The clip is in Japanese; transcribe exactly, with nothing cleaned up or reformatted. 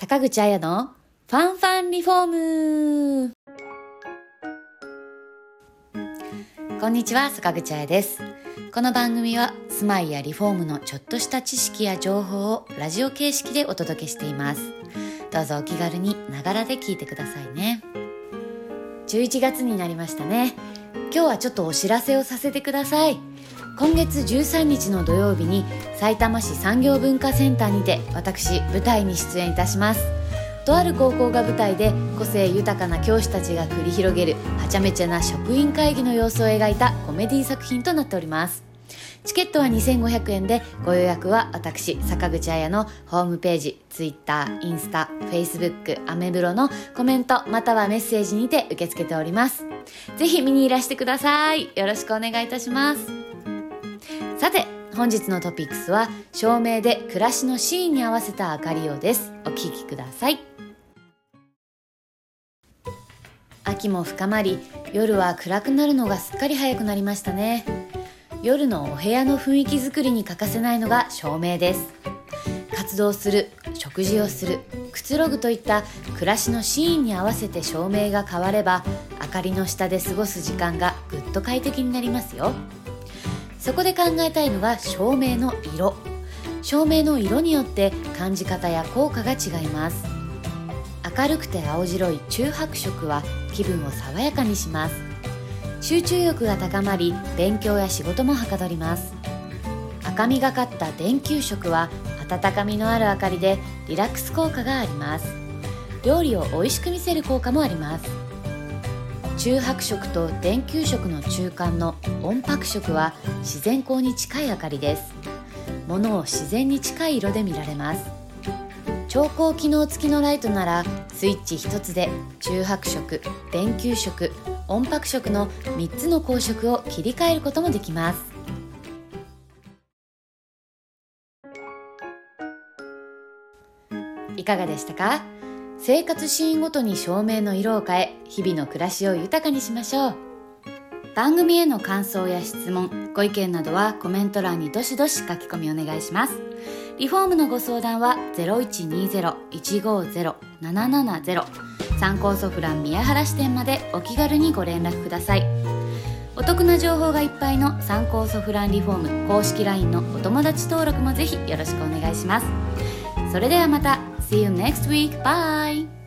坂口彩のファンファンリフォーム。こんにちは、坂口彩です。この番組は住まいやリフォームのちょっとした知識や情報をラジオ形式でお届けしています。どうぞお気軽にながらで聞いてくださいね。じゅういちがつになりましたね。今日はちょっとお知らせをさせてください。今月じゅうさんにちの土曜日にさいたま市産業文化センターにて私舞台に出演いたします。とある高校が舞台で個性豊かな教師たちが繰り広げるはちゃめちゃな職員会議の様子を描いたコメディ作品となっております。チケットはにせんごひゃくえんで、ご予約は私坂口彩のホームページ、ツイッター、インスタ、フェイスブック、アメブロのコメントまたはメッセージにて受け付けております。ぜひ見にいらしてください。よろしくお願いいたします。さて、本日のトピックスは照明で暮らしのシーンに合わせた明かりをです。お聞きください。秋も深まり、夜は暗くなるのがすっかり早くなりましたね。夜のお部屋の雰囲気作りに欠かせないのが照明です。活動する、食事をする、くつろぐといった暮らしのシーンに合わせて照明が変われば、明かりの下で過ごす時間がぐっと快適になりますよ。そこで考えたいのが照明の色。照明の色によって感じ方や効果が違います。明るくて青白い中白色は気分を爽やかにします。集中力が高まり、勉強や仕事もはかどります。赤みがかった電球色は温かみのある明かりでリラックス効果があります。料理を美味しく見せる効果もあります。中白色と電球色の中間の温白色は自然光に近い明かりです。物を自然に近い色で見られます。調光機能付きのライトならスイッチ一つで中白色、電球色、温白色のみっつの光色を切り替えることもできます。いかがでしたか？生活シーンごとに照明の色を変え、日々の暮らしを豊かにしましょう。番組への感想や質問、ご意見などはコメント欄にどしどし書き込みお願いします。リフォームのご相談は ゼロいちにゼロ いちごゼロ ななななゼロ 参考ソフラン宮原支店までお気軽にご連絡ください。お得な情報がいっぱいの参考ソフランリフォーム公式 ライン のお友達登録もぜひよろしくお願いします。それではまた。See you next week. Bye!